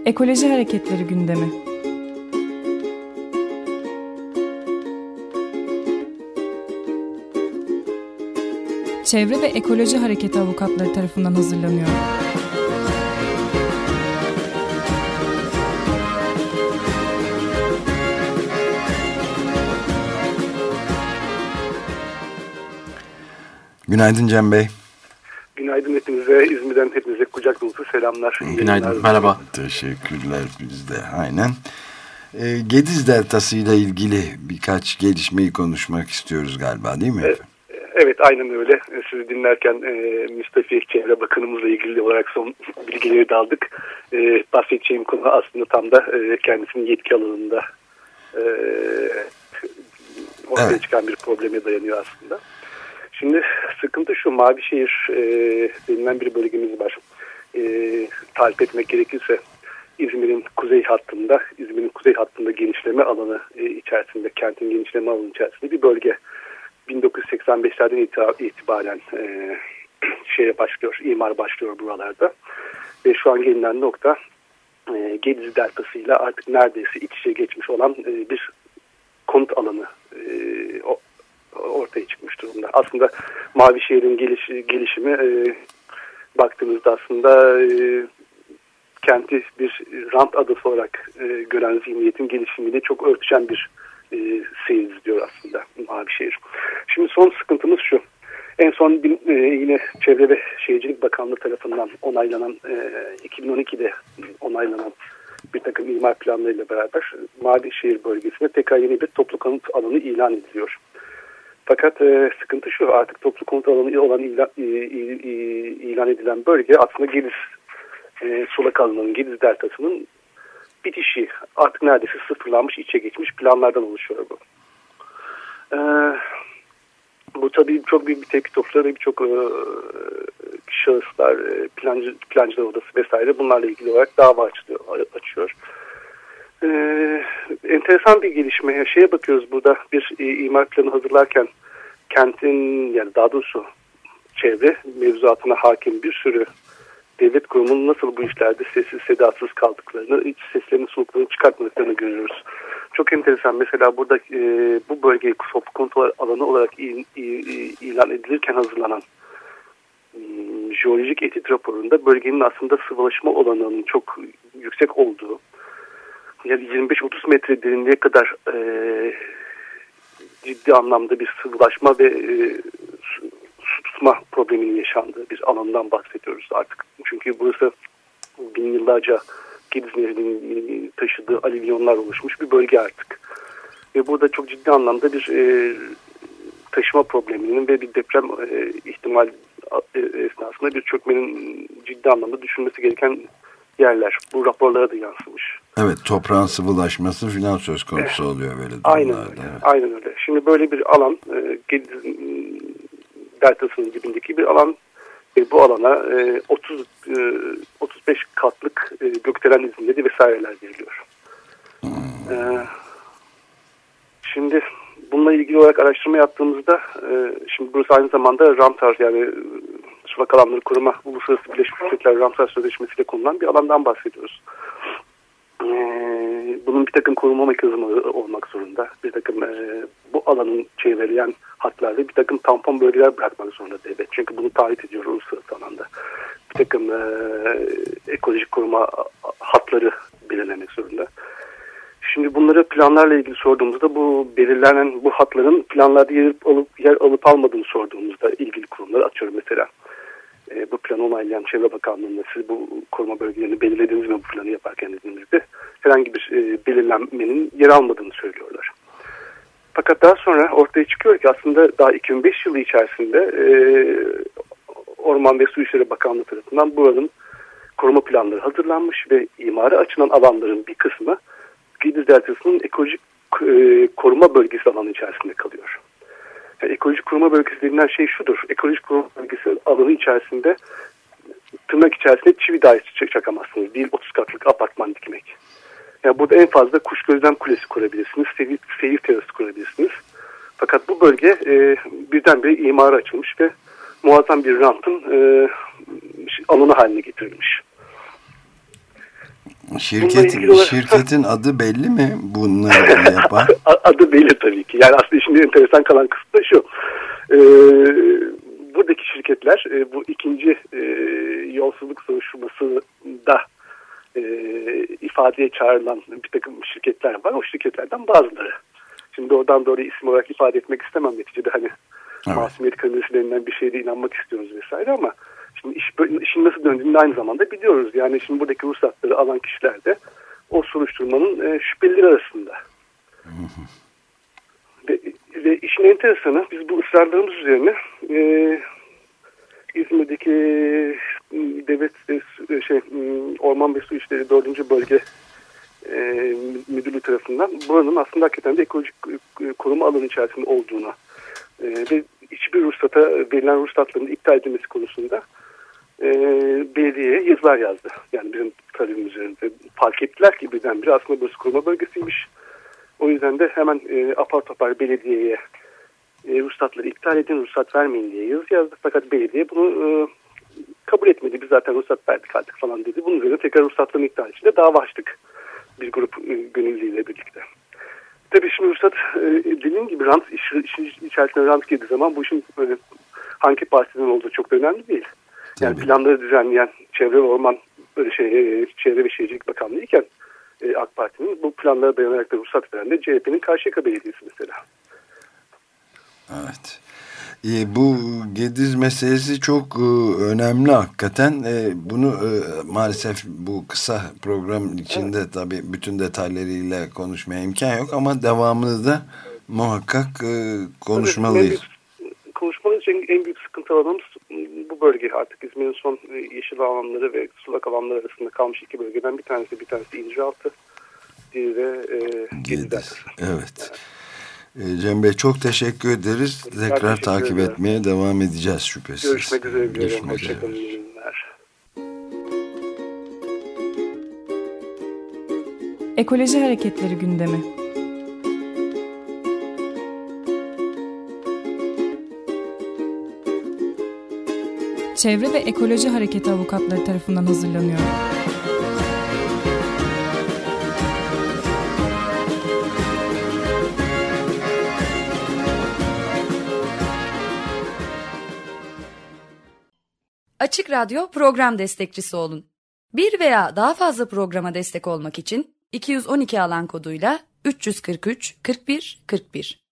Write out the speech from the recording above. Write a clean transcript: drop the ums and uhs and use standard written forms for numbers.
Ekoloji hareketleri gündemi. Çevre ve Ekoloji Hareketi avukatları tarafından hazırlanıyor. Günaydın Cem Bey. Günaydın hepinize, İzmir'den hepinize kucak dolusu selamlar. Günaydın, merhaba. Teşekkürler biz de, aynen. Gediz Deltası ile ilgili birkaç gelişmeyi konuşmak istiyoruz galiba, değil mi? Evet, aynen öyle. Sizi dinlerken Müstafi Çevre Bakanımızla ilgili olarak son bilgileri de aldık. Bahsedeceğim konu aslında tam da kendisinin yetki alanında ortaya çıkan bir probleme dayanıyor aslında. Şimdi sıkıntı şu, Mavişehir denilen bir bölgemiz var. Tarif etmek gerekirse İzmir'in kuzey hattında genişleme alanı içerisinde, kentin genişleme alanı içerisinde bir bölge. 1985'lerden itibaren imar başlıyor buralarda. Ve şu an gelinen nokta Gediz Deltası'yla artık neredeyse iç içe geçmiş olan bir konut alanı ortaya çıkmış durumda. Aslında Mavişehir'in gelişimi baktığımızda aslında kenti bir rant adası olarak gören zihniyetin gelişimiyle çok örtüşen bir seyir izliyor aslında Mavişehir. Şimdi son sıkıntımız şu. En son yine Çevre ve Şehircilik Bakanlığı tarafından onaylanan 2012'de onaylanan bir takım imar planlarıyla beraber Mavişehir bölgesinde tekrar yeni bir toplu konut alanı ilan ediliyor. Fakat sıkıntı şu, artık toplu konut alanı olan ilan edilen bölge aslında Gediz sulak alanının, Gediz Deltası'nın bitişi, artık neredeyse sıfırlanmış, içe geçmiş planlardan oluşuyor bu. Bu tabii çok büyük bir tepki topluyor ve birçok şahıslar, plancılar odası vesaire bunlarla ilgili olarak dava açıyor. Enteresan bir gelişme. Şeye bakıyoruz, burada bir imar planı hazırlarken kentin, yani daha doğrusu çevre mevzuatına hakim bir sürü devlet kurumunun nasıl bu işlerde sessiz sedasız kaldıklarını, iç seslerini soluklarını çıkartmadıklarını görüyoruz. Çok enteresan. Mesela burada bu bölgeyi toplu konut alanı olarak ilan edilirken hazırlanan jeolojik etüt raporunda bölgenin aslında sıvılaşma olanının çok yüksek olduğu, yani 25-30 metre derinliğe kadar ciddi anlamda bir sıvılaşma ve su tutma probleminin yaşandığı bir alandan bahsediyoruz artık. Çünkü burası bin yıllarca Gediz Nehri'nin taşıdığı alüvyonlar oluşmuş bir bölge artık. Ve burada çok ciddi anlamda bir taşıma probleminin ve bir deprem ihtimal esnasında bir çökmenin ciddi anlamda düşünmesi gereken yerler. Bu raporlara da yansımış. Evet, toprağın sıvılaşması filan söz konusu oluyor böyle durumlarda. Aynen öyle. Evet. Aynen öyle. Şimdi böyle bir alan, Gediz Deltası'nın dibindeki bir alan ve bu alana 35 katlık gökdelen izinleri vesaireler veriliyor. Şimdi bununla ilgili olarak araştırma yaptığımızda şimdi burası aynı zamanda Ramsar, yani sulak alanları koruma Uluslararası Birleşmiş Milletler Ramsar Sözleşmesi'yle konulan bir alandan bahsediyoruz. Bunun bir takım koruma mekanizmaları olmak zorunda. Bir takım bu alanın çevreleyen hatlarda bir takım tampon bölgeler bırakmak zorunda devlet. Çünkü bunu taahhüt ediyor uluslararası alanda. Bir takım ekolojik koruma hatları belirlemek zorunda. Şimdi bunları planlarla ilgili sorduğumuzda bu belirlenen bu hatların planlarda yer alıp almadığını sorduğumuzda ilgili kurumlara, atıyorum mesela bu planı onaylayan Çevre Bakanlığı'nda siz bu koruma bölgelerini belirlediniz mi bu planı yaparken dediğimizde herhangi bir belirlenmenin yer almadığını söylüyorlar. Fakat daha sonra ortaya çıkıyor ki aslında daha 2005 yılı içerisinde Orman ve Su İşleri Bakanlığı tarafından buranın koruma planları hazırlanmış ve imara açılan alanların bir kısmı Gediz Deltası'nın ekolojik koruma bölgesi alanı içerisinde kalıyor. Yani ekolojik koruma bölgesi denilen şey şudur. Ekolojik koruma bölgesi alanı içerisinde tırnak içerisinde çivi dahi çakamazsınız. Değil 30 katlık apartman dikmek. Yani burada en fazla kuş gözlem kulesi kurabilirsiniz. Seyir terası kurabilirsiniz. Fakat bu bölge birdenbire imara açılmış ve muazzam bir rantın alanı haline getirilmiş. Şirketin adı belli mi bunları yapan? Adı belli tabii ki. Yani aslında şimdi enteresan kalan kısmı da şu. Buradaki şirketler bu ikinci yolsuzluk soruşturmasında ifadeye çağrılan bir takım şirketler var. O şirketlerden bazıları. Şimdi oradan doğru isim olarak ifade etmek istemem neticede hani masumiyet kırmızı denilen bir şeyde inanmak istiyoruz vesaire ama şimdi işin nasıl döndüğünü aynı zamanda biliyoruz. Yani şimdi buradaki ruhsatları alan kişiler de o soruşturmanın şüphelileri arasında. Ve işin enteresanı biz bu ısrarlarımız üzerine İzmir'deki devlet Orman ve Su İşleri 4. Bölge Müdürlüğü tarafından buranın aslında hakikaten de ekolojik koruma alanı içerisinde olduğunu ve hiçbir ruhsata verilen ruhsatların iptal edilmesi konusunda belediyeye yazılar yazdı. Yani bizim talebimiz üzerinde fark ettiler ki birdenbire aslında burası koruma bölgesiymiş. O yüzden de hemen apar topar belediyeye ruhsatları iptal edin, ruhsat vermeyin diye yazı yazdı. Fakat belediye bunu kabul etmedi. Biz zaten ruhsat verdik artık falan dedi. Bunun üzerine tekrar ruhsatların iptal için de dava açtık. Bir grup gönüllüyle birlikte. Tabii şimdi ruhsat dediğim gibi işin içerisine rant girdiği zaman bu işin hangi partiden olduğu çok da önemli değil. Yani tabii. Planları düzenleyen Çevre ve Orman Çevre ve Şehircilik Bakanlığı iken AK Parti'nin bu planlara dayanarak da ruhsat veren de CHP'nin Karşıyaka Belediyesi mesela. Evet. Bu Gediz meselesi çok önemli hakikaten. Bunu maalesef bu kısa program içinde tabii bütün detaylarıyla konuşmaya imkan yok ama devamını da muhakkak konuşmalıyız. Konuşmalıyız. En büyük sıkıntı alanımız bu bölge. Artık İzmir'in son yeşil alanları ve sulak alanları arasında kalmış iki bölgeden bir tanesi İnciraltı, diğeri de Gediz. Evet. Cem Bey çok teşekkür ederiz. Tekrar takip etmeye devam edeceğiz şüphesiz. Görüşmek üzere. Hoşçakalın. Ekoloji hareketleri gündemi. Çevre ve Ekoloji Hareketi avukatları tarafından hazırlanıyor. Açık Radyo program destekçisi olun. Bir veya daha fazla programa destek olmak için 212 alan koduyla 343 41 41